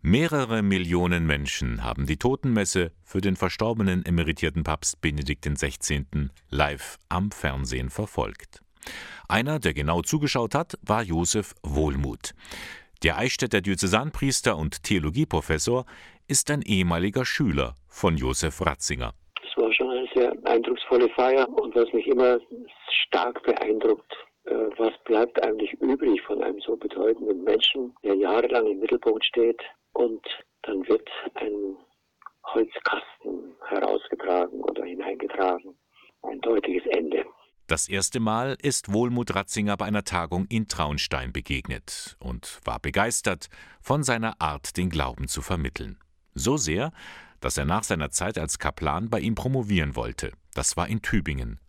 Mehrere Millionen Menschen haben die Totenmesse für den verstorbenen emeritierten Papst Benedikt XVI. Live am Fernsehen verfolgt. Einer, der genau zugeschaut hat, war Josef Wohlmuth. Der Eichstätter Diözesanpriester und Theologieprofessor ist ein ehemaliger Schüler von Josef Ratzinger. Es war schon eine sehr eindrucksvolle Feier und was mich immer stark beeindruckt, was bleibt eigentlich übrig von einem so bedeutenden Menschen, der jahrelang im Mittelpunkt steht, und dann wird ein Holzkasten herausgetragen oder hineingetragen. Ein deutliches Ende. Das erste Mal ist Wohlmuth Ratzinger bei einer Tagung in Traunstein begegnet und war begeistert von seiner Art, den Glauben zu vermitteln. So sehr, dass er nach seiner Zeit als Kaplan bei ihm promovieren wollte. Das war in Tübingen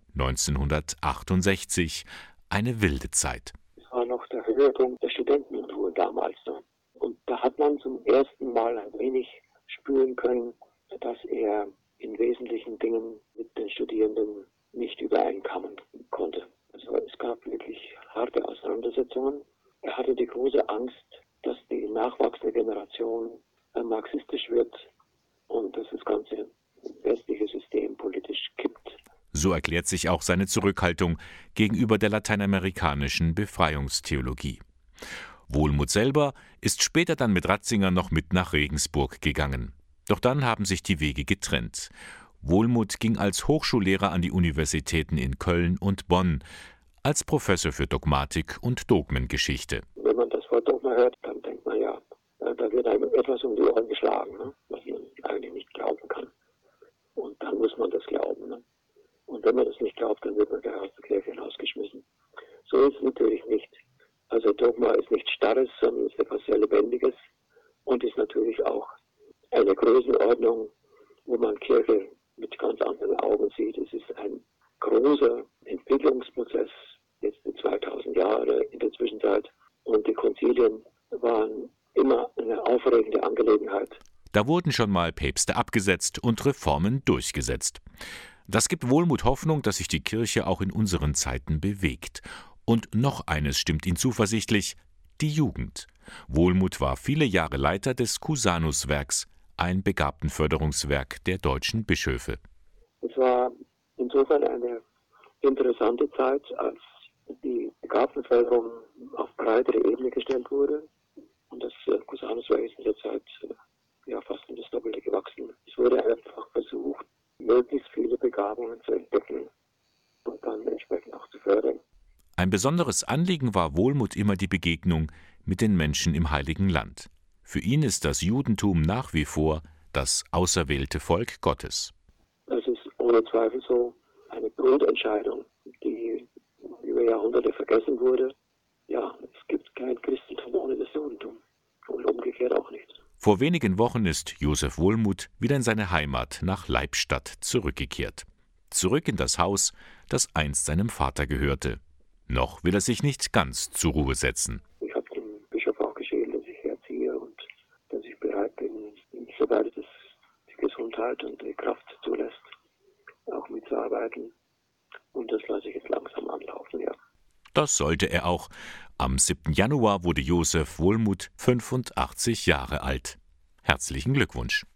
1968. Eine wilde Zeit. Es war noch der Höhepunkt der Studentenunruhe damals. Und da hat man zum ersten Mal ein wenig spüren können, dass er in wesentlichen Dingen mit den Studierenden nicht übereinkommen konnte. Also es gab wirklich harte Auseinandersetzungen. Er hatte die große Angst, dass die nachwachsende Generation marxistisch wird und dass das ganze westliche System politisch kippt. So erklärt sich auch seine Zurückhaltung gegenüber der lateinamerikanischen Befreiungstheologie. Wohlmuth selber ist später dann mit Ratzinger noch mit nach Regensburg gegangen. Doch dann haben sich die Wege getrennt. Wohlmuth ging als Hochschullehrer an die Universitäten in Köln und Bonn, als Professor für Dogmatik und Dogmengeschichte. Wenn man das Wort Dogma hört, dann denkt man ja, da wird einem etwas um die Ohren geschlagen, was man eigentlich nicht glauben kann. Und dann muss man das glauben. Und wenn man das nicht glaubt, dann wird man gleich aus der Kirche hinausgeschmissen. So ist es natürlich nicht. Also Dogma ist nichts Starres, sondern ist etwas sehr Lebendiges und ist natürlich auch eine Größenordnung, wo man Kirche mit ganz anderen Augen sieht. Es ist ein großer Entwicklungsprozess, jetzt die 2000 Jahre in der Zwischenzeit. Und die Konzilien waren immer eine aufregende Angelegenheit. Da wurden schon mal Päpste abgesetzt und Reformen durchgesetzt. Das gibt Wohlmuth Hoffnung, dass sich die Kirche auch in unseren Zeiten bewegt. Und noch eines stimmt ihn zuversichtlich: die Jugend. Wohlmuth war viele Jahre Leiter des Cusanus-Werks, ein Begabtenförderungswerk der deutschen Bischöfe. Es war insofern eine interessante Zeit, als die Begabtenförderung auf breitere Ebene gestellt wurde. Und das Cusanus-Werk ist in der Zeit fast um das Doppelte gewachsen. Es wurde einfach versucht, möglichst viele Begabungen zu entdecken und dann entsprechend auch zu fördern. Ein besonderes Anliegen war Wohlmuth immer die Begegnung mit den Menschen im Heiligen Land. Für ihn ist das Judentum nach wie vor das auserwählte Volk Gottes. Das ist ohne Zweifel so eine Grundentscheidung, die über Jahrhunderte vergessen wurde. Ja, es gibt kein Christentum ohne das Judentum und umgekehrt auch nicht. Vor wenigen Wochen ist Josef Wohlmuth wieder in seine Heimat nach Leibstadt zurückgekehrt. Zurück in das Haus, das einst seinem Vater gehörte. Noch will er sich nicht ganz zur Ruhe setzen. Ich habe dem Bischof auch geschrieben, dass ich herziehe und dass ich bereit bin, sobald es die Gesundheit und die Kraft zulässt, auch mitzuarbeiten. Und das lasse ich jetzt langsam anlaufen, ja. Das sollte er auch. Am 7. Januar wurde Josef Wohlmuth 85 Jahre alt. Herzlichen Glückwunsch.